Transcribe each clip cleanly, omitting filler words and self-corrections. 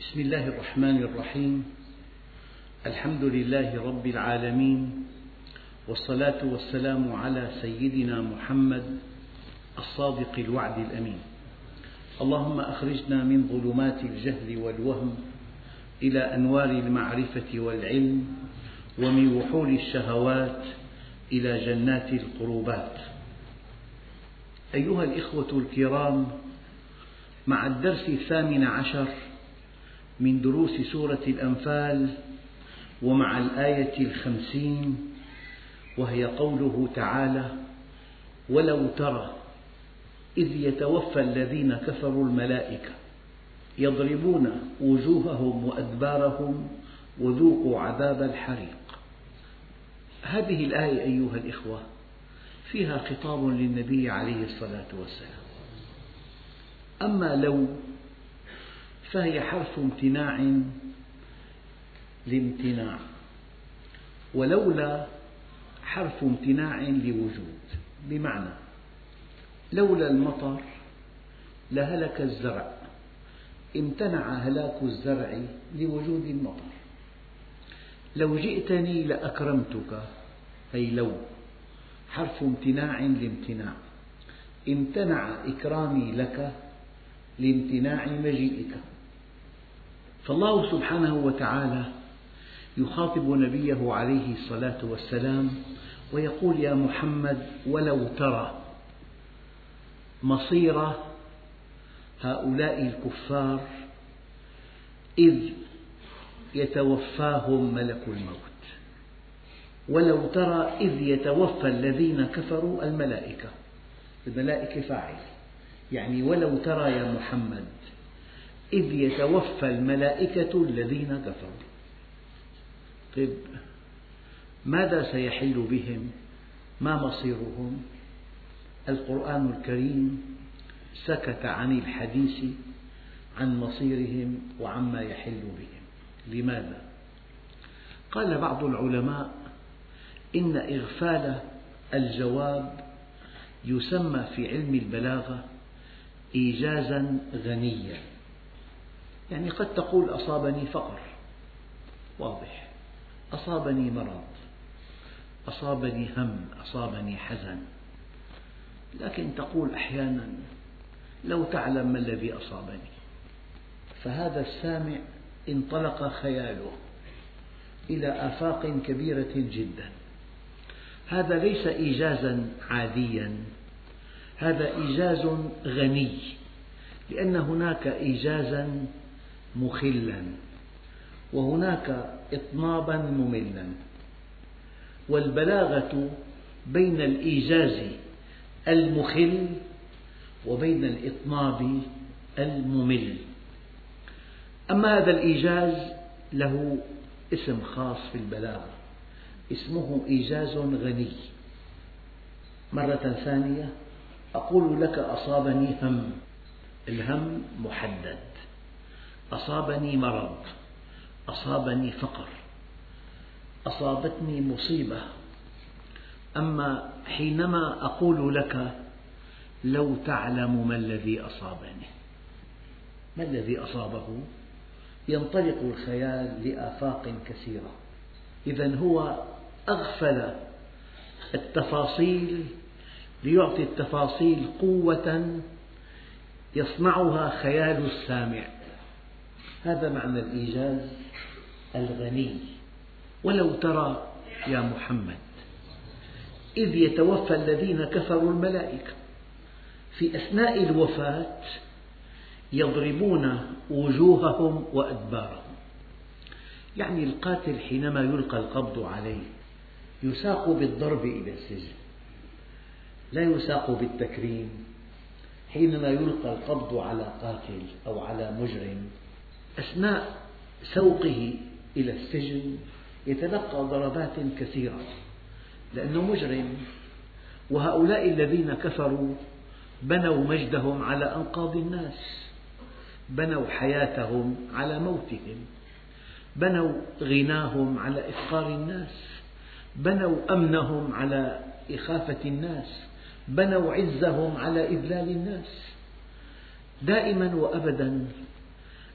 بسم الله الرحمن الرحيم. الحمد لله رب العالمين، والصلاة والسلام على سيدنا محمد الصادق الوعد الأمين. اللهم أخرجنا من ظلمات الجهل والوهم إلى أنوار المعرفة والعلم، ومن وحول الشهوات إلى جنات القربات. أيها الإخوة الكرام، مع الدرس 18 من دروس سورة الأنفال، ومع الآية 50، وهي قوله تعالى: ولو ترى إذ يتوفى الذين كفروا الملائكة يضربون وجوههم وأدبارهم وذوقوا عذاب الحريق. هذه الآية أيها الإخوة فيها خطاب للنبي عليه الصلاة والسلام. أما لو فهي حرف امتناع لامتناع، ولولا حرف امتناع لوجود، بمعنى لولا المطر لهلك الزرع، امتنع هلاك الزرع لوجود المطر. لو جئتني لأكرمتك، أي لو حرف امتناع لامتناع، امتنع إكرامي لك لامتناع مجيئك. فالله سبحانه وتعالى يخاطب نبيه عليه الصلاة والسلام ويقول: يا محمد، ولو ترى مصير هؤلاء الكفار إذ يتوفاهم ملك الموت. ولو ترى إذ يتوفى الذين كفروا الملائكة، الملائكة فاعل، يعني ولو ترى يا محمد إذ يتوفى الملائكة الذين كفروا. طيب، ماذا سيحل بهم؟ ما مصيرهم؟ القرآن الكريم سكت عن الحديث عن مصيرهم وعما يحل بهم. لماذا؟ قال بعض العلماء: إن إغفال الجواب يسمى في علم البلاغة إيجازا غنيا. يعني قد تقول: أصابني فقر، واضح، أصابني مرض، أصابني هم، أصابني حزن. لكن تقول أحيانا: لو تعلم ما الذي أصابني. فهذا السامع انطلق خياله إلى آفاق كبيرة جدا. هذا ليس إيجازا عاديا، هذا إيجاز غني، لأن هناك إيجازا مخلا، وهناك إطنابا مملا. والبلاغة بين الإيجاز المخل وبين الإطناب الممل. أما هذا الإيجاز له اسم خاص في البلاغة، اسمه إيجاز غني. مرة ثانية أقول لك: أصابني هم، الهم محدد، أصابني مرض، أصابني فقر، أصابتني مصيبة. أما حينما أقول لك: لو تعلم ما الذي أصابني، ما الذي أصابه؟ ينطلق الخيال لآفاق كثيرة. إذن هو أغفل التفاصيل ليعطي التفاصيل قوة يصنعها خيال السامع. هذا معنى الإيجاز الغني. ولو ترى يا محمد إذ يتوفى الذين كفروا الملائكة، في أثناء الوفاة يضربون وجوههم وأدبارهم. يعني القاتل حينما يلقى القبض عليه يساق بالضرب إلى السجن، لا يساق بالتكريم. حينما يلقى القبض على قاتل أو على مجرم، أثناء سوقه إلى السجن يتلقى ضربات كثيرة لأنه مجرم. وهؤلاء الذين كفروا بنوا مجدهم على أنقاض الناس، بنوا حياتهم على موتهم، بنوا غناهم على إفقار الناس، بنوا أمنهم على إخافة الناس، بنوا عزهم على إذلال الناس. دائما وأبدا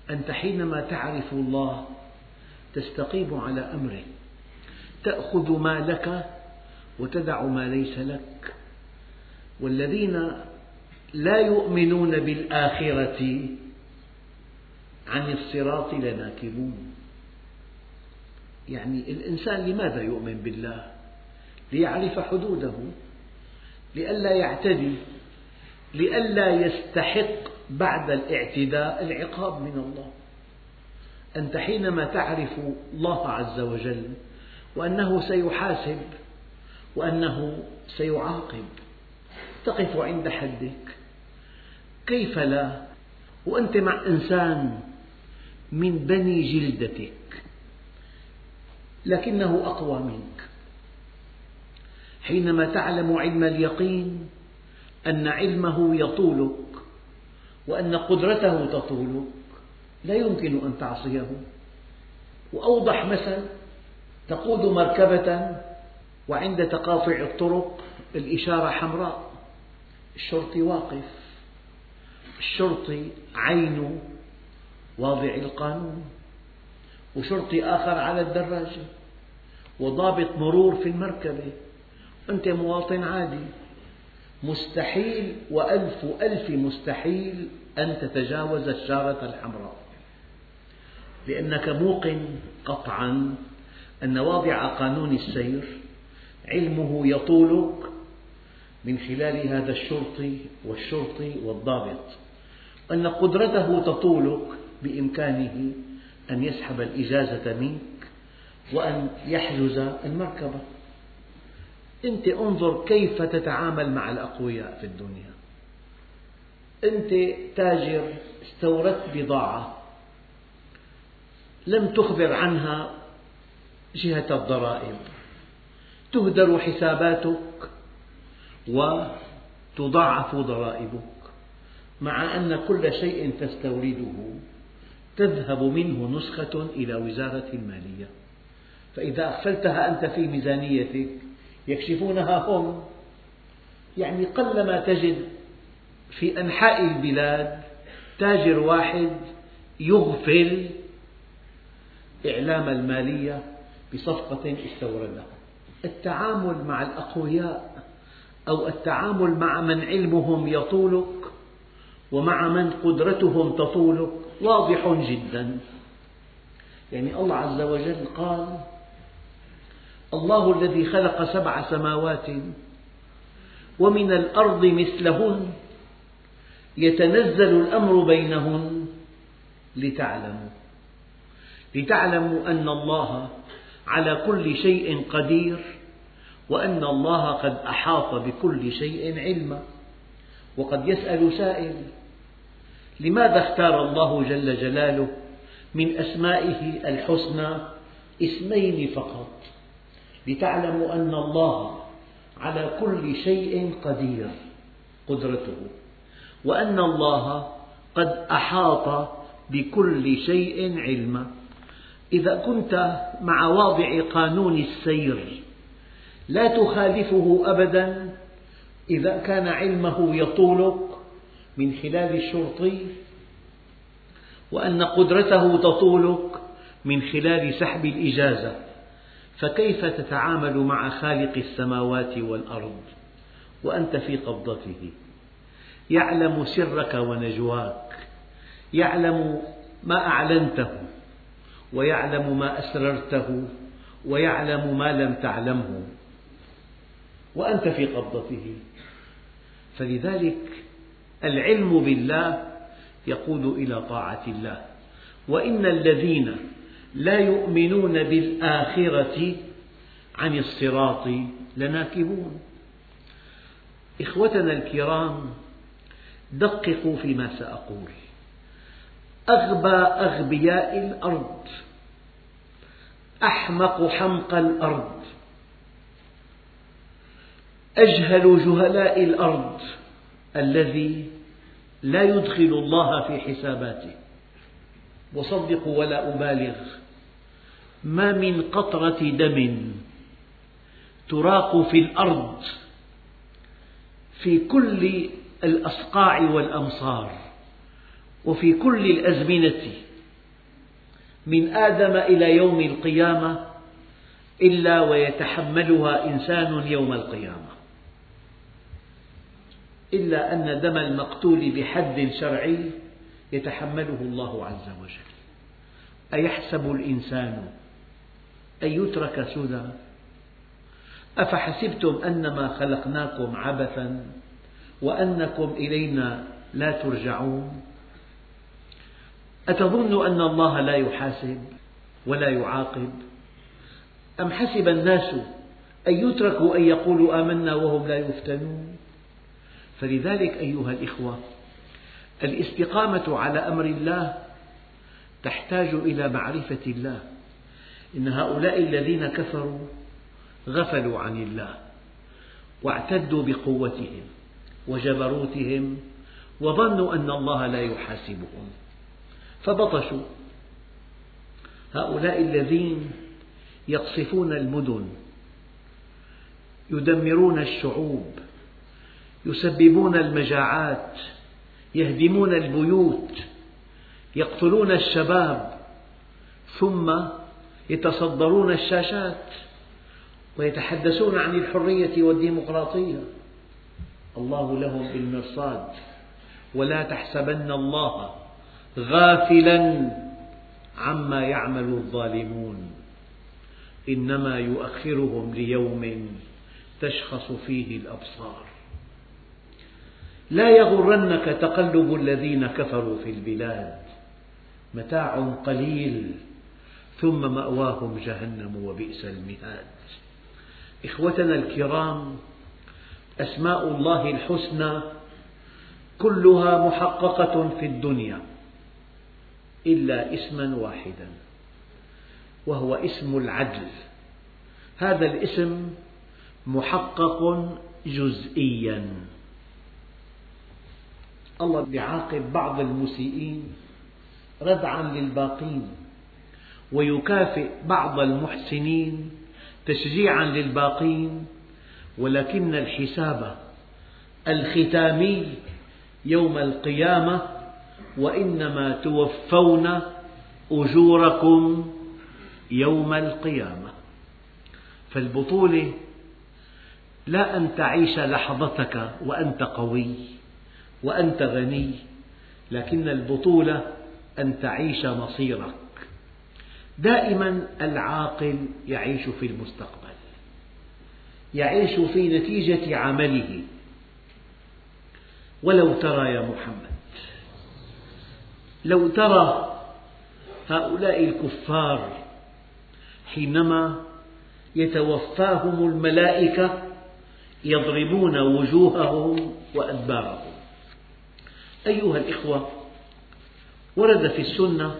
أنت حينما تعرف الله تستقيم على أمره، تأخذ ما لك وتدع ما ليس لك. والذين لا يؤمنون بالآخرة عن الصراط لناكبون. يعني الإنسان لماذا يؤمن بالله؟ ليعرف حدوده، لئلا يعتدي، لئلا يستحق بعد الاعتداء العقاب من الله. أنت حينما تعرف الله عز وجل وأنه سيحاسب وأنه سيعاقب تقف عند حدك، كيف لا وأنت مع إنسان من بني جلدتك لكنه أقوى منك، حينما تعلم علم اليقين أن علمه يطولك وأن قدرته تطولك لا يمكن أن تعصيه. وأوضح مثل، تقود مركبة وعند تقاطع الطرق الإشارة حمراء، الشرطي واقف، الشرطي عين واضع القانون، وشرطي آخر على الدراجة، وضابط مرور في المركبة، أنت مواطن عادي. مستحيل وألف ألف مستحيل أن تتجاوز الشارة الحمراء، لأنك موقن قطعا أن واضع قانون السير علمه يطولك من خلال هذا الشرطي والضابط، أن قدرته تطولك بإمكانه أن يسحب الإجازة منك وأن يحجز المركبة. أنت انظر كيف تتعامل مع الأقوياء في الدنيا. أنت تاجر استوردت بضاعة لم تخبر عنها جهة الضرائب، تهدر حساباتك وتضاعف ضرائبك، مع أن كل شيء تستورده تذهب منه نسخة إلى وزارة المالية، فإذا أغفلتها أنت في ميزانيتك يكشفونها هم. يعني قلما تجد في أنحاء البلاد تاجر واحد يغفل إعلام المالية بصفقة استوردها. التعامل مع الأقوياء أو التعامل مع من علمهم يطولك ومع من قدرتهم تطولك واضح جدا. يعني الله عز وجل قال: الله الذي خلق 7 سماوات ومن الأرض مثلهن يتنزل الأمر بينهن لتعلموا أن الله على كل شيء قدير وأن الله قد أحاط بكل شيء علما. وقد يسأل سائل: لماذا اختار الله جل جلاله من أسمائه الحسنى اسمين فقط؟ لتعلموا أن الله على كل شيء قدير قدرته، وأن الله قد أحاط بكل شيء علما. إذا كنت مع واضع قانون السير لا تخالفه أبدا إذا كان علمه يطولك من خلال الشرطي، وأن قدرته تطولك من خلال سحب الإجازة، فكيف تتعامل مع خالق السماوات والأرض وأنت في قبضته؟ يعلم سرك ونجواك، يعلم ما أعلنته ويعلم ما أسررته ويعلم ما لم تعلمه وأنت في قبضته. فلذلك العلم بالله يقود إلى طاعة الله. وإن الذين لا يؤمنون بالآخرة عن الصراط لناكبون. إخوتنا الكرام، دققوا فيما سأقول. أغبى أغبياء الأرض، أحمق حمق الأرض، أجهل جهلاء الأرض الذي لا يدخل الله في حساباته. وصدقوا ولا أبالغ، ما من قطرة دم تراق في الأرض في كل الأصقاع والأمصار وفي كل الأزمنة من آدم إلى يوم القيامة إلا ويتحملها إنسان يوم القيامة، إلا أن دم المقتول بحد شرعي يتحمله الله عز وجل. أيحسب الإنسان أن يترك سدى؟ أفحسبتم أنما خلقناكم عبثا وأنكم إلينا لا ترجعون؟ أتظن أن الله لا يحاسب ولا يعاقب؟ أم حسب الناس أن يتركوا أن يقولوا آمنا وهم لا يفتنون؟ فلذلك أيها الإخوة، الاستقامة على أمر الله تحتاج إلى معرفة الله. إن هؤلاء الذين كفروا غفلوا عن الله واعتدوا بقوتهم وجبروتهم وظنوا أن الله لا يحاسبهم فبطشوا. هؤلاء الذين يقصفون المدن، يدمرون الشعوب، يسببون المجاعات، يهدمون البيوت، يقتلون الشباب، ثم يتصدرون الشاشات ويتحدثون عن الحرية والديمقراطية. الله لهم بالمرصاد، ولا تحسبن الله غافلا عما يعمل الظالمون، إنما يؤخرهم ليوم تشخص فيه الأبصار. لا يغرنك تقلب الذين كفروا في البلاد، متاع قليل ثم مأواهم جهنم وبئس المهاد. إخوتنا الكرام، أسماء الله الحسنى كلها محققة في الدنيا إلا اسما واحدا، وهو اسم العدل. هذا الاسم محقق جزئيا. الله يعاقب بعض المسيئين ردعا للباقين، ويكافئ بعض المحسنين تشجيعا للباقين، ولكن الحساب الختامي يوم القيامة: وإنما توفون أجوركم يوم القيامة. فالبطولة لا أن تعيش لحظتك وأنت قوي وأنت غني، لكن البطولة أن تعيش مصيرك. دائما العاقل يعيش في المستقبل، يعيش في نتيجة عمله. ولو ترى يا محمد، لو ترى هؤلاء الكفار حينما يتوفاهم الملائكة يضربون وجوههم وأدبارهم. أيها الإخوة، ورد في السنة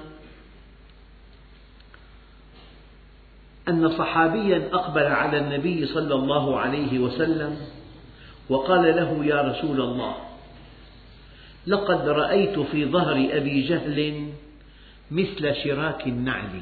أن صحابيا أقبل على النبي صلى الله عليه وسلم وقال له: يا رسول الله، لقد رأيت في ظهر أبي جهل مثل شراك النعل،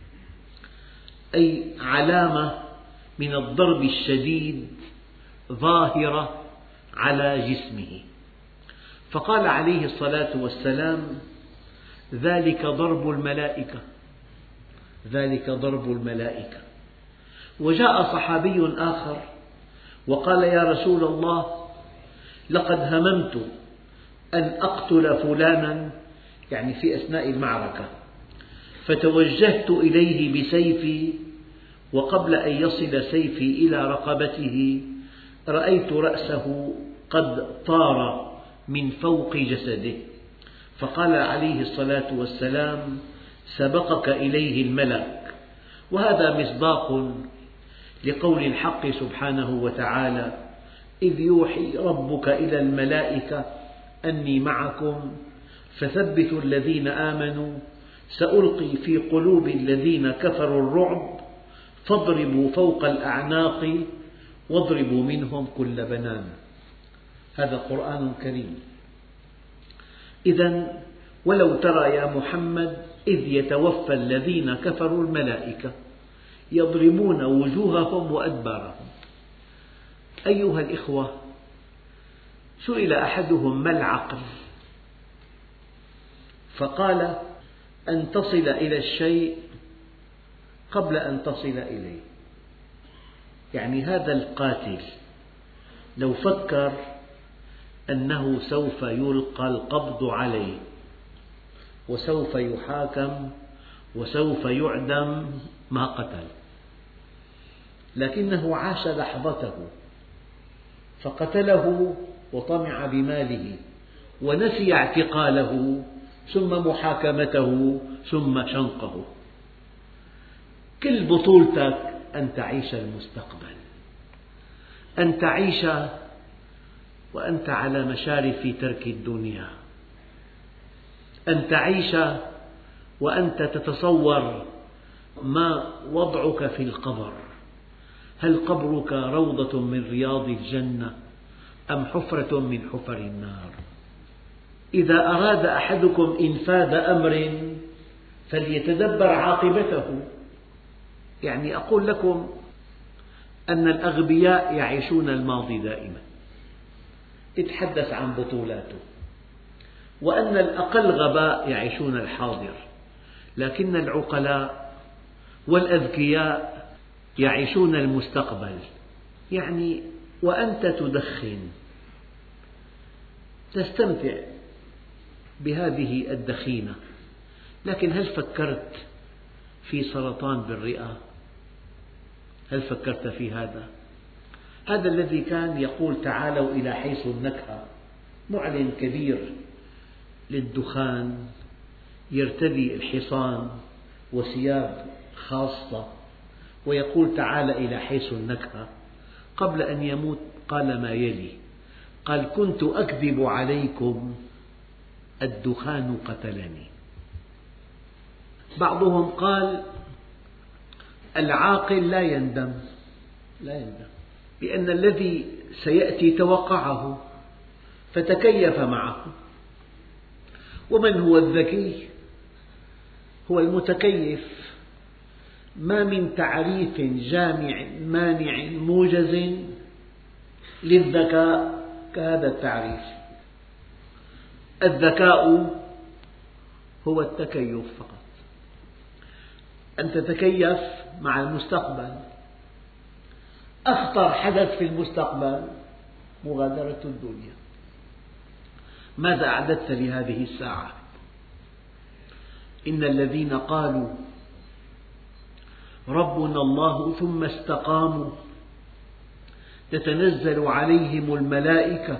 أي علامة من الضرب الشديد ظاهرة على جسمه. فقال عليه الصلاة والسلام: ذلك ضرب الملائكة، ذلك ضرب الملائكة. وجاء صحابي آخر وقال: يا رسول الله، لقد هممت أن أقتل فلانا، يعني في أثناء المعركة، فتوجهت إليه بسيفي، وقبل أن يصل سيفي إلى رقبته رأيت رأسه قد طار من فوق جسده. فقال عليه الصلاة والسلام: سبقك إليه الملك. وهذا مصداق لقول الحق سبحانه وتعالى: إذ يوحي ربك إلى الملائكة أني معكم فثبتوا الذين آمنوا سألقي في قلوب الذين كفروا الرعب فاضربوا فوق الأعناق واضربوا منهم كل بنان. هذا قرآن كريم. إذن ولو ترى يا محمد إذ يتوفى الذين كفروا الملائكة يضربون وجوههم وأدبارهم. أيها الإخوة، سئل أحدهم: ما العقل؟ فقال: أن تصل إلى الشيء قبل أن تصل إليه. يعني هذا القاتل لو فكر أنه سوف يلقى القبض عليه وسوف يحاكم وسوف يعدم ما قتل، لكنه عاش لحظته فقتله وطمع بماله ونسي اعتقاله ثم محاكمته ثم شنقه. كل بطولتك أن تعيش المستقبل، أن تعيش وأنت على مشارف ترك الدنيا، أن تعيش وأنت تتصور ما وضعك في القبر. هل قبرك روضة من رياض الجنة أم حفرة من حفر النار؟ إذا أراد أحدكم إنفاذ أمر فليتدبر عاقبته. يعني أقول لكم أن الأغبياء يعيشون الماضي دائما، يتحدث عن بطولاته، وأن الأقل غباء يعيشون الحاضر، لكن العقلاء والأذكياء يعيشون المستقبل. يعني وأنت تدخن تستمتع بهذه الدخينة، لكن هل فكرت في سرطان بالرئة؟ هل فكرت في هذا؟ هذا الذي كان يقول تعالوا إلى حيث النكهة، معلن كبير للدخان، يرتدي الحصان وثياب خاصة ويقول تعال إلى حيث النكهة. قبل أن يموت قال ما يلي: قال كنت أكذب عليكم الدخان قتلني. بعضهم قال العاقل لا يندم لأن الذي سيأتي توقعه فتكيف معه. ومن هو الذكي؟ هو المتكيف. ما من تعريف جامع مانع موجز للذكاء كهذا التعريف. الذكاء هو التكيف فقط، أن تتكيف مع المستقبل. أخطر حدث في المستقبل مغادرة الدنيا. ماذا أعددت لهذه الساعة؟ إن الذين قالوا ربنا الله ثم استقاموا تتنزل عليهم الملائكة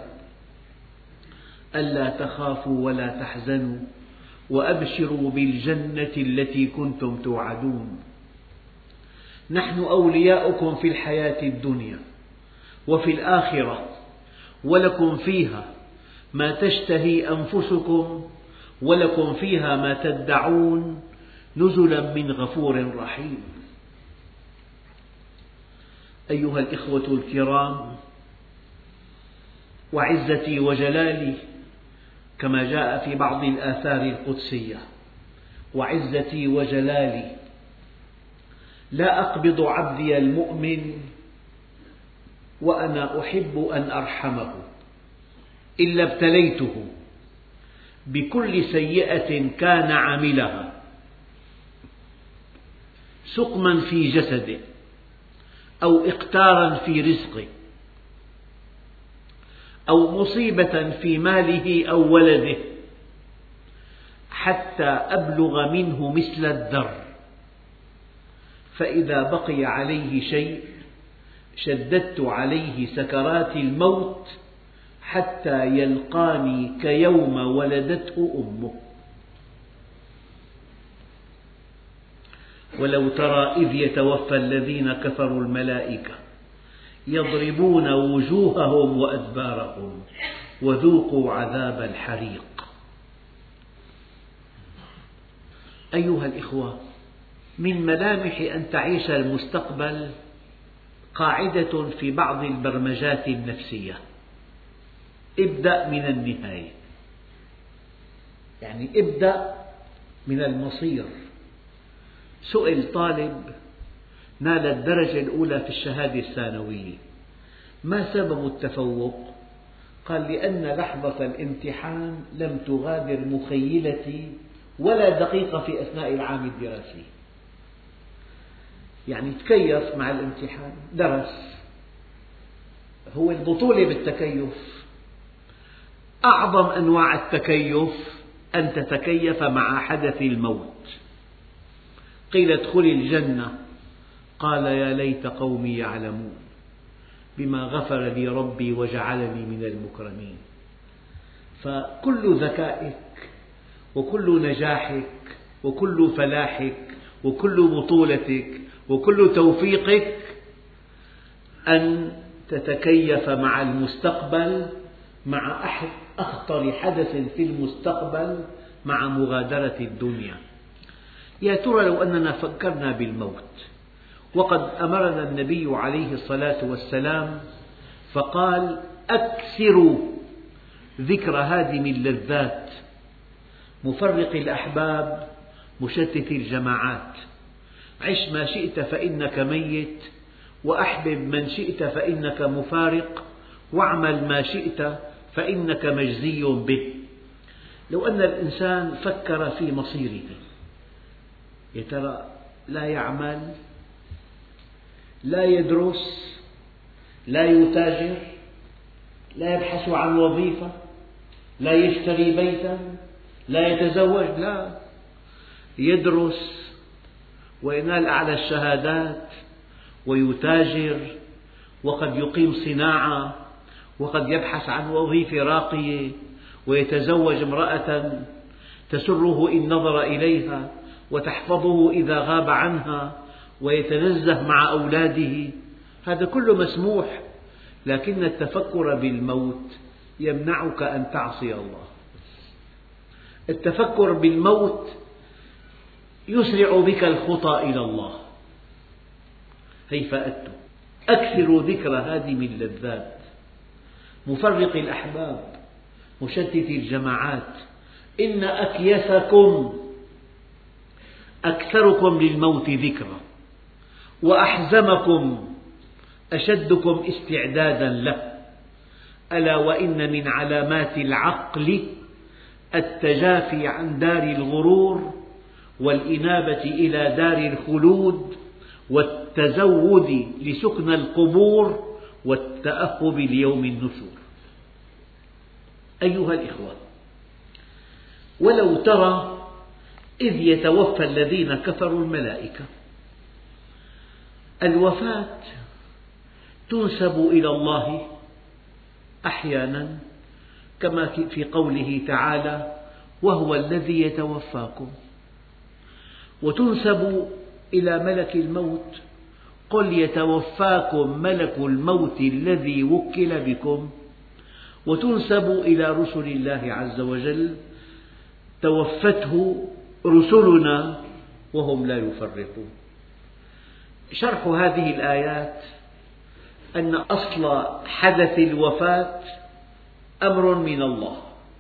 ألا تخافوا ولا تحزنوا وأبشروا بالجنة التي كنتم توعدون نحن أولياؤكم في الحياة الدنيا وفي الآخرة ولكم فيها ما تشتهي أنفسكم ولكم فيها ما تدعون نزلا من غفور رحيم. أيها الإخوة الكرام، وعزتي وجلالي كما جاء في بعض الآثار القدسية، وعزتي وجلالي لا أقبض عبدي المؤمن وأنا أحب أن أرحمه إلا ابتليته بكل سيئة كان عاملها، سقما في جسده أو إقتارا في رزقه أو مصيبة في ماله أو ولده، حتى أبلغ منه مثل الذر، فإذا بقي عليه شيء شددت عليه سكرات الموت حتى يلقاني كيوم ولدته أمه. ولو ترى إذ يتوفى الذين كفروا الملائكة يضربون وجوههم وأدبارهم وذوقوا عذاب الحريق. أيها الإخوة، من ملامح أن تعيش المستقبل قاعدة في بعض البرمجات النفسية: ابدأ من النهاية. يعني ابدأ من المصير. سئل طالب نال الدرجة الأولى في الشهادة الثانوية: ما سبب التفوق؟ قال: لأن لحظة الامتحان لم تغادر مخيلتي ولا دقيقة في أثناء العام الدراسي. يعني تكيف مع الامتحان، درس. هو البطولة بالتكيف. أعظم أنواع التكيف أن تتكيف مع حدث الموت. قيل ادخل الجنة، قال يا ليت قومي يعلمون بما غفر لي ربي وجعلني من المكرمين. فكل ذكائك وكل نجاحك وكل فلاحك وكل بطولتك وكل توفيقك أن تتكيف مع المستقبل، مع أخطر حدث في المستقبل، مع مغادرة الدنيا. يا ترى لو أننا فكرنا بالموت، وقد أمرنا النبي عليه الصلاة والسلام فقال أكثروا ذكر هادم اللذات، مفرق الأحباب، مشتت الجماعات، عش ما شئت فإنك ميت، وأحبب من شئت فإنك مفارق، واعمل ما شئت فإنك مجزي به. لو أن الإنسان فكر في مصيره، يا ترى لا يعمل، لا يدرس، لا يتاجر، لا يبحث عن وظيفة، لا يشتري بيتا، لا يتزوج، لا، يدرس وينال أعلى الشهادات ويتاجر، وقد يقيم صناعة، وقد يبحث عن وظيفة راقية، ويتزوج امرأة تسره إن نظر إليها وتحفظه إذا غاب عنها، ويتنزه مع أولاده. هذا كله مسموح، لكن التفكر بالموت يمنعك أن تعصي الله. التفكر بالموت يسرع بك الخطى إلى الله. هيفا أنتم أكثروا ذكر هادم اللذات، مفرق الأحباب، مشتت الجماعات. إن أكيسكم أكثركم للموت ذكرا، وأحزمكم أشدكم استعدادا له. ألا وإن من علامات العقل التجافي عن دار الغرور، والإنابة إلى دار الخلود، والتزود لسكن القبور، والتأهب ليوم النشور. أيها الإخوة، ولو ترى إذ يتوفى الذين كفروا الملائكة. الوفاة تنسب إلى الله أحيانا، كما في قوله تعالى وهو الذي يتوفاكم، وتنسب إلى ملك الموت، قل يتوفاكم ملك الموت الذي وكل بكم، وتنسب إلى رسل الله عز وجل، توفته رسلنا وهم لا يفرطون. شرح هذه الآيات أن أصل حدث الوفاة أمر من الله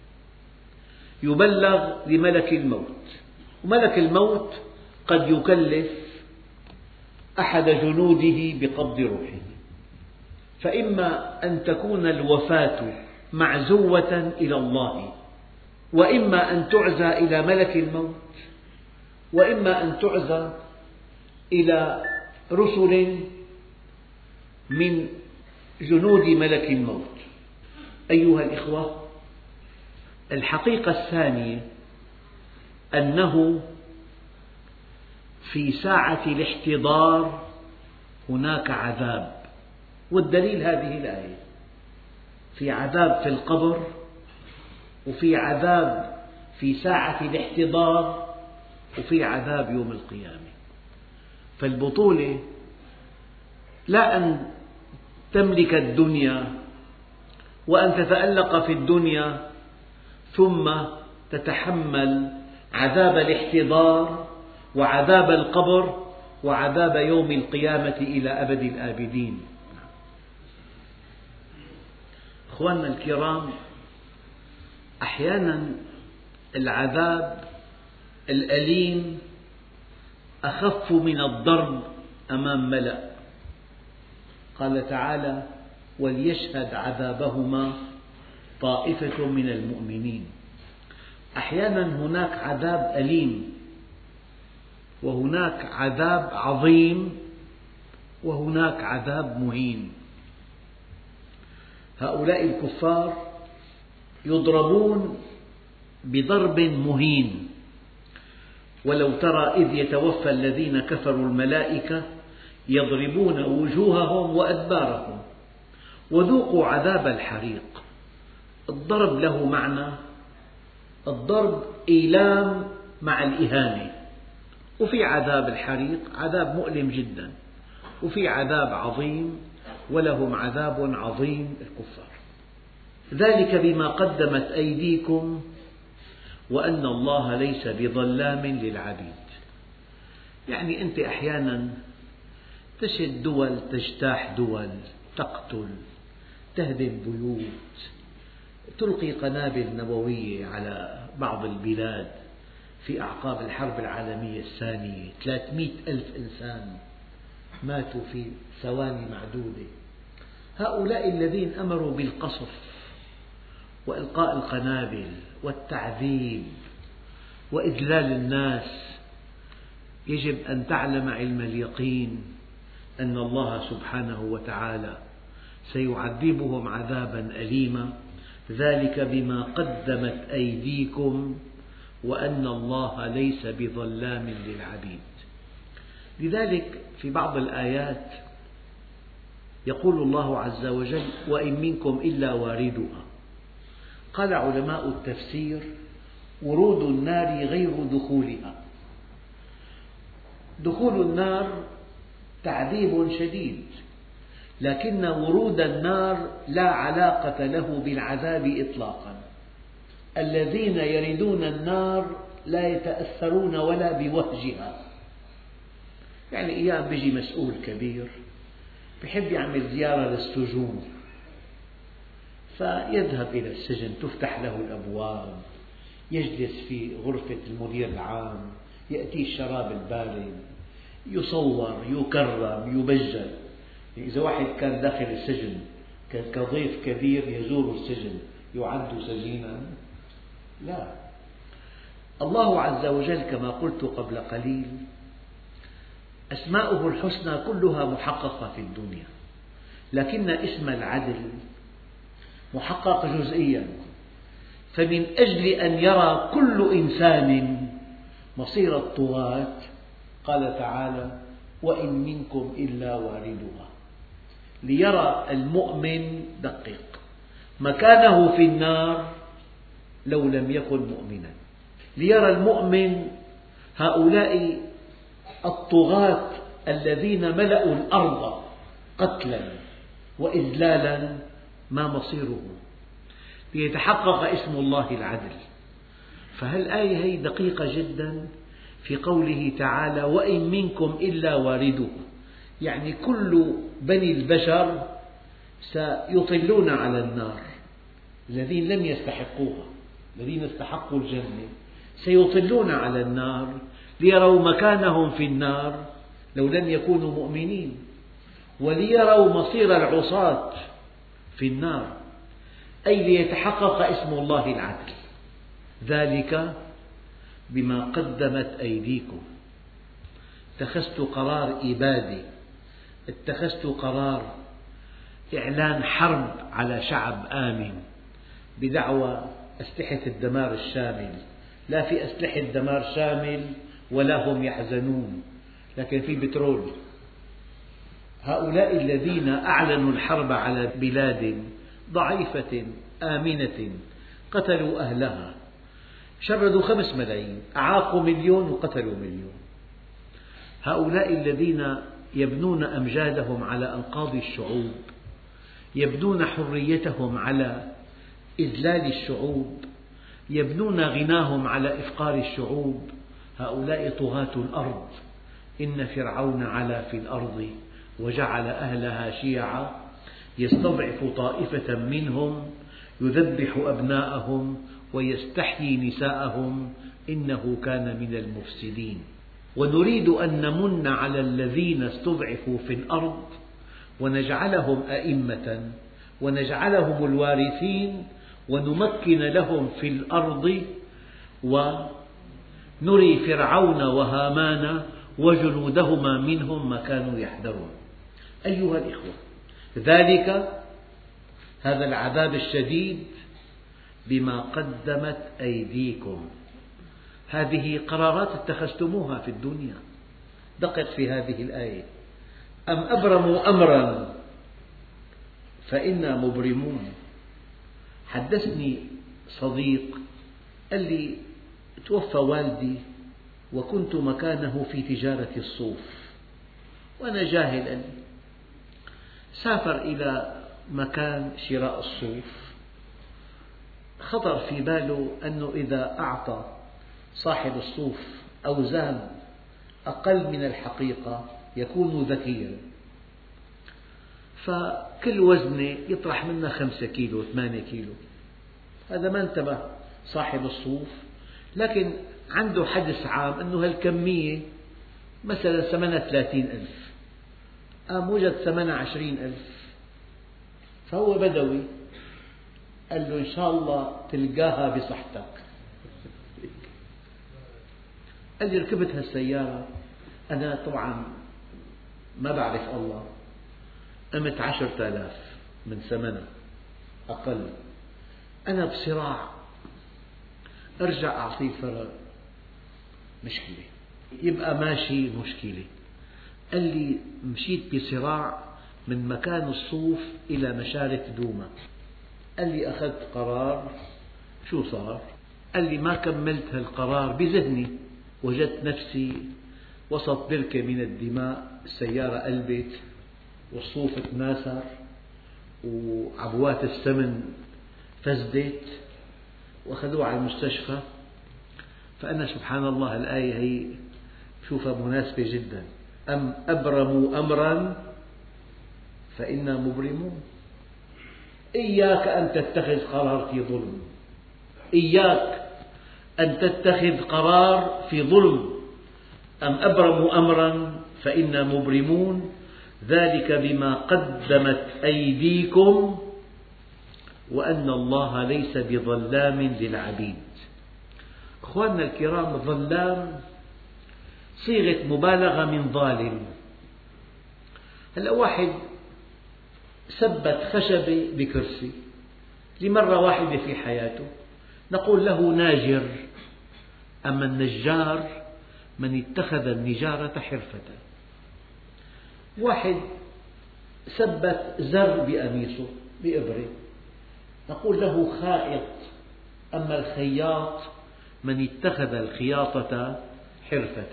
يبلغ لملك الموت، وملك الموت قد يكلف أحد جنوده بقبض روحه، فإما أن تكون الوفاة معزوة إلى الله، وإما أن تعزى إلى ملك الموت، وإما أن تعزى إلى رسل من جنود ملك الموت. أيها الإخوة، الحقيقة الثانية أنه في ساعة الاحتضار هناك عذاب، والدليل هذه الآية. في عذاب في القبر، وفي عذاب في ساعة الاحتضار، وفي عذاب يوم القيامة. فالبطولة لا أن تملك الدنيا وأن تتألق في الدنيا ثم تتحمل عذاب الاحتضار وعذاب القبر وعذاب يوم القيامة إلى أبد الآبدين. أخواننا الكرام، أحيانا العذاب الأليم أخف من الضرب أمام ملأ. قال تعالى وليشهد عذابهما طائفة من المؤمنين. أحيانا هناك عذاب أليم، وهناك عذاب عظيم، وهناك عذاب مهين. هؤلاء الكفار يضربون بضرب مهين، ولو ترى إذ يتوفى الذين كفروا الملائكة يضربون وجوههم وأدبارهم وذوقوا عذاب الحريق. الضرب له معنى، الضرب إيلام مع الإهانة، وفي عذاب الحريق عذاب مؤلم جدا، وفي عذاب عظيم، ولهم عذاب عظيم الكفار. ذلك بما قدمت أيديكم وأن الله ليس بظلام للعبيد. يعني أنت أحيانا تشهد دول تجتاح دول، تقتل، تهدم بيوت، تلقي قنابل نووية على بعض البلاد في أعقاب الحرب العالمية الثانية. 300,000 إنسان ماتوا في ثواني معدودة. هؤلاء الذين أمروا بالقصف وإلقاء القنابل والتعذيب وإذلال الناس، يجب أن تعلم علم اليقين أن الله سبحانه وتعالى سيعذبهم عذابا أليما، ذلك بما قدمت أيديكم وأن الله ليس بظلام للعبيد. لذلك في بعض الآيات يقول الله عز وجل: وإن منكم إلا واردها. قال علماء التفسير: ورود النار غير دخولها. دخول النار تعذيب شديد، لكن ورود النار لا علاقة له بالعذاب إطلاقا. الذين يردون النار لا يتأثرون ولا بوهجها. يعني أيام يجي مسؤول كبير يحب يعمل زيارة للسجون، فيذهب إلى السجن، تفتح له الأبواب، يجلس في غرفة المدير العام، يأتيه الشراب البارد، يصور، يكرم، يبجل. إذا واحد كان داخل السجن كضيف كبير يزور السجن يعد سجينا؟ لا. الله عز وجل كما قلت قبل قليل أسماؤه الحسنى كلها محققة في الدنيا، لكن اسم العدل محقق جزئيا. فمن أجل أن يرى كل إنسان مصير الطغاة قال تعالى: وإن منكم إلا واردها، ليرى المؤمن دقق مكانه في النار لو لم يكن مؤمنا، ليرى المؤمن هؤلاء الطغاة الذين ملأوا الأرض قتلا وإذلالا ما مصيرهم، ليتحقق اسم الله العدل. فهالآية هي دقيقة جدا في قوله تعالى: وإن منكم إلا واردها، يعني كل بني البشر سيطلون على النار، الذين لم يستحقوها، الذين استحقوا الجنة سيطلون على النار ليروا مكانهم في النار لو لم يكونوا مؤمنين، وليروا مصير العصاة في النار، أي ليتحقق اسم الله العدل. ذلك بما قدمت أيديكم. اتخذت قرار إبادة، اتخذت قرار إعلان حرب على شعب آمن بدعوى أسلحة الدمار الشامل. لا في أسلحة دمار شامل ولا هم يحزنون، لكن في بترول. هؤلاء الذين أعلنوا الحرب على بلاد ضعيفة آمنة قتلوا أهلها، شردوا 5 ملايين، أعاقوا 1,000,000 وقتلوا 1,000,000. هؤلاء الذين يبنون أمجادهم على أنقاض الشعوب، يبنون حريتهم على إذلال الشعوب، يبنون غناهم على إفقار الشعوب، هؤلاء طغاة الأرض. إن فرعون علا في الأرض وجعل أهلها شيعا يستضعف طائفة منهم يذبح أبناءهم ويستحيي نساءهم إنه كان من المفسدين. ونريد أن نمن على الذين استضعفوا في الأرض ونجعلهم أئمة ونجعلهم الوارثين ونمكن لهم في الأرض ونري فرعون وهامان وجنودهما منهم ما كانوا يحذرون. أيها الإخوة، ذلك هذا العذاب الشديد بما قدمت أيديكم. هذه قرارات اتخذتموها في الدنيا. دقق في هذه الآية: أم أبرموا أمرا فإنا مبرمون. حدثني صديق قال لي: توفى والدي وكنت مكانه في تجارة الصوف وأنا جاهل. قال لي: سافر إلى مكان شراء الصوف، خطر في باله أنه إذا أعطى صاحب الصوف أوزان أقل من الحقيقة يكون ذكيا، فكل وزنة يطرح منها 5 كيلو 8 كيلو. هذا ما انتبه صاحب الصوف، لكن عنده حدس عام أنه هالكمية مثلا ثمنها 30,000، قام وجد ثمنها 20,000، فهو بدوي قال له: إن شاء الله تلقاها بصحتك. قال لي: ركبت هالسيارة، أنا طبعا ما بعرف الله، قمت 10,000 من ثمنها أقل. أنا بصراع أرجع أعطيه فرق، مشكلة، يبقى ماشي مشكلة. قال لي: مشيت بصراع من مكان الصوف إلى مشارة دوما. قال لي: أخذت قرار. شو صار؟ قال لي: ما كملت هالقرار بذهني، وجدت نفسي وسط بركة من الدماء، السيارة قلبت والصوف تناثر وعبوات السمن فسدت وأخذوه على المستشفى. فأنا سبحان الله الآية هي شوفها مناسبة جدا: أم أبرموا أمرا فإنا مبرمون. إياك أن تتخذ قرار في ظلم، إياك أن تتخذ قرار في ظلم. أم أبرموا أمرا فإنا مبرمون ذلك بما قدمت أيديكم وأن الله ليس بظلام للعبيد. أخواننا الكرام، ظلام صيغة مبالغة من ظالم. هلأ واحد ثبت خشبة بكرسي لمرة واحدة في حياته، نقول له ناجر. أما النجار من اتخذ النجارة حرفة. واحد ثبت زر بقميصه بإبرة، نقول له خائط. أما الخياط من اتخذ الخياطة حرفة.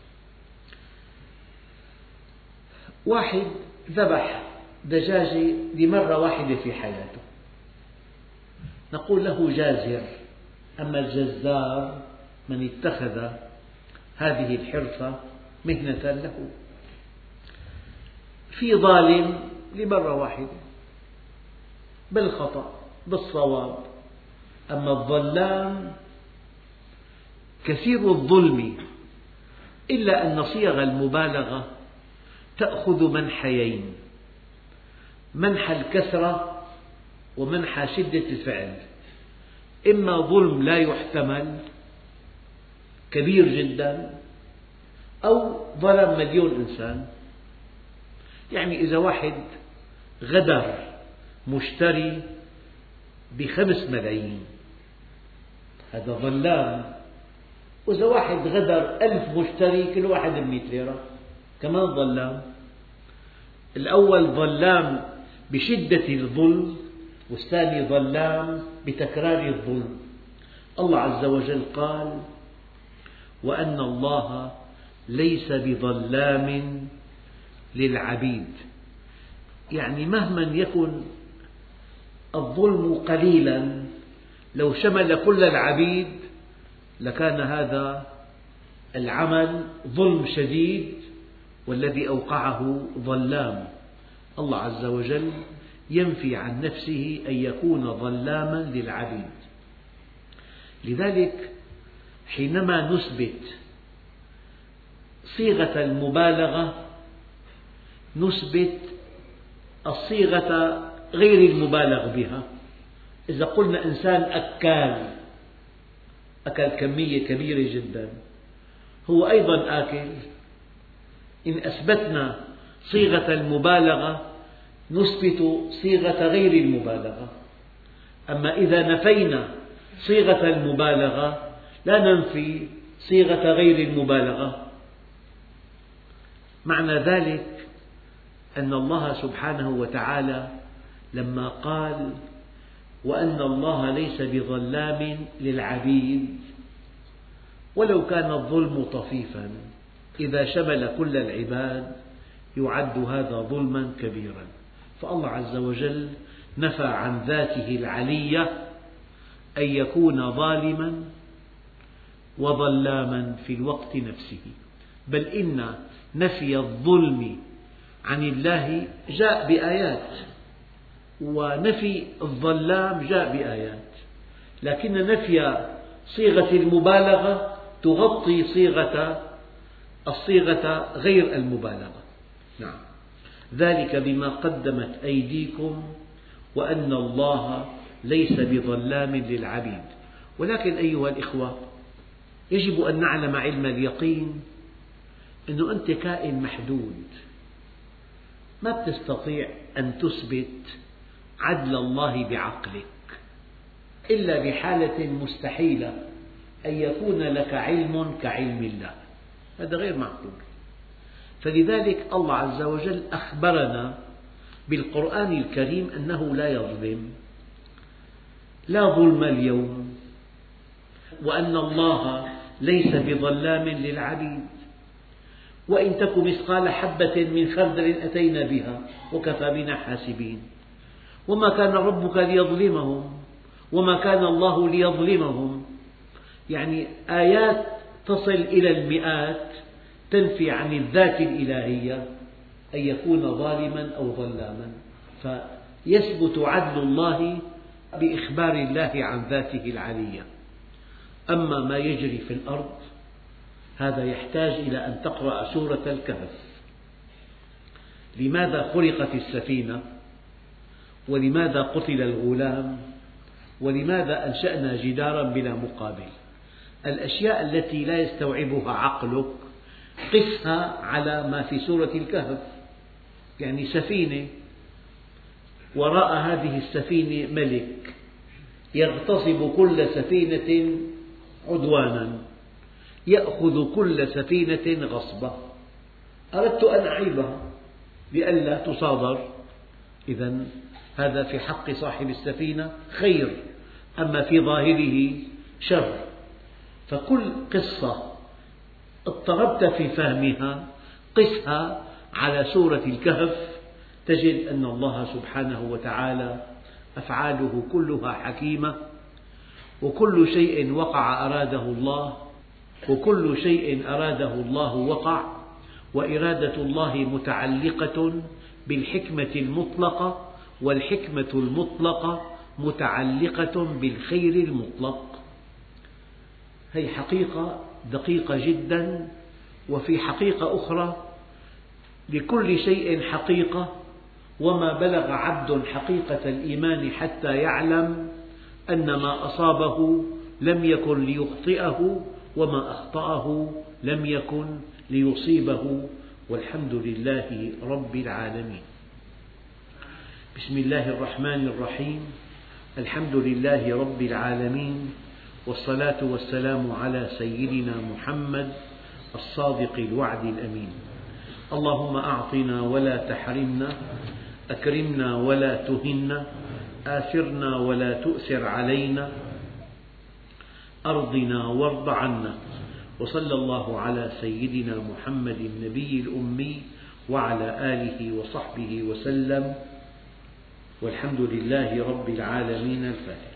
واحد ذبح دجاجة لمرة واحدة في حياته، نقول له جازر. أما الجزار من اتخذ هذه الحرفة مهنة له. في ظالم لمرة واحدة بالخطأ بالصواب. أما الظلام كثير الظلم، إلا أن صيغ المبالغة تأخذ منحيين: منحى الكثرة ومنحى شدة الفعل. إما ظلم لا يحتمل كبير جدا، أو ظلم مليون إنسان. يعني إذا واحد غدر مشتري ب5 ملايين هذا ظلام، وإذا واحد غدر 1000 مشتري كل واحد ب100 ليرة كمان ظلام. الأول ظلام بشدة الظلم، والثاني ظلام بتكرار الظلم. الله عز وجل قال: وأن الله ليس بظلام للعبيد. يعني مهما يكن الظلم قليلا، لو شمل كل العبيد لكان هذا العمل ظلم شديد، والذي أوقعه ظلام. الله عز وجل ينفي عن نفسه أن يكون ظلاما للعبيد. لذلك حينما نثبت صيغة المبالغة نثبت الصيغة غير المبالغ بها. إذا قلنا إنسان أكال أكل كمية كبيرة جدا، هو أيضا آكل. إن أثبتنا صيغة المبالغة نثبت صيغة غير المبالغة، أما إذا نفينا صيغة المبالغة لا ننفي صيغة غير المبالغة. معنى ذلك أن الله سبحانه وتعالى لما قال وأن الله ليس بظلام للعبيد، ولو كان الظلم طفيفا إذا شمل كل العباد يعد هذا ظلما كبيرا. فالله عز وجل نفى عن ذاته العلية أن يكون ظالما وظلاما في الوقت نفسه، بل إن نفي الظلم عن الله جاء بآيات، ونفي الظلام جاء بآيات، لكن نفي صيغة المبالغة تغطي الصيغة غير المبالغة. نعم، ذلك بما قدمت أيديكم وأن الله ليس بظلام للعبيد. ولكن أيها الإخوة، يجب أن نعلم علم اليقين أنه أنت كائن محدود، ما تستطيع أن تثبت عدل الله بعقلك إلا بحالة مستحيلة، أن يكون لك علم كعلم الله، هذا غير معقول. فلذلك الله عز وجل أخبرنا بالقرآن الكريم أنه لا يظلم، لا ظلم اليوم، وأن الله ليس بظلام للعبيد، وإن تك مثقال حبة من خردل أتينا بها وكفى بنا حاسبين. وما كان ربك ليظلمهم وما كان الله ليظلمهم، يعني آيات تصل إلى المئات تنفي عن الذات الإلهية أن يكون ظالما أو ظلاما، فيثبت عدل الله بإخبار الله عن ذاته العلية. أما ما يجري في الأرض هذا يحتاج إلى أن تقرأ سورة الكهف. لماذا خلقت السفينة؟ ولماذا قتل الغلام؟ ولماذا أنشأنا جدارا بلا مقابل؟ الأشياء التي لا يستوعبها عقلك قسها على ما في سورة الكهف. يعني سفينة، وراء هذه السفينة ملك يغتصب كل سفينة عدوانا، يأخذ كل سفينة غصبا، أردت أن أعيبها لئلا تصادر. إذن هذا في حق صاحب السفينة خير، أما في ظاهره شر. فكل قصة اضطربت في فهمها قسها على سورة الكهف، تجد أن الله سبحانه وتعالى أفعاله كلها حكيمة، وكل شيء وقع أراده الله، وكل شيء أراده الله وقع، وإرادة الله متعلقة بالحكمة المطلقة، والحكمة المطلقة متعلقة بالخير المطلق. هذه حقيقة دقيقة جدا. وفي حقيقة أخرى، لكل شيء حقيقة، وما بلغ عبد حقيقة الإيمان حتى يعلم أن ما أصابه لم يكن ليخطئه وما أخطأه لم يكن ليصيبه، والحمد لله رب العالمين. بسم الله الرحمن الرحيم. الحمد لله رب العالمين، والصلاة والسلام على سيدنا محمد الصادق الوعد الأمين. اللهم أعطنا ولا تحرمنا، أكرمنا ولا تهنا، آثرنا ولا تؤثر علينا، أرضنا وارض عنا. وصلى الله على سيدنا محمد النبي الأمي وعلى آله وصحبه وسلم، والحمد لله رب العالمين. الفاتحة.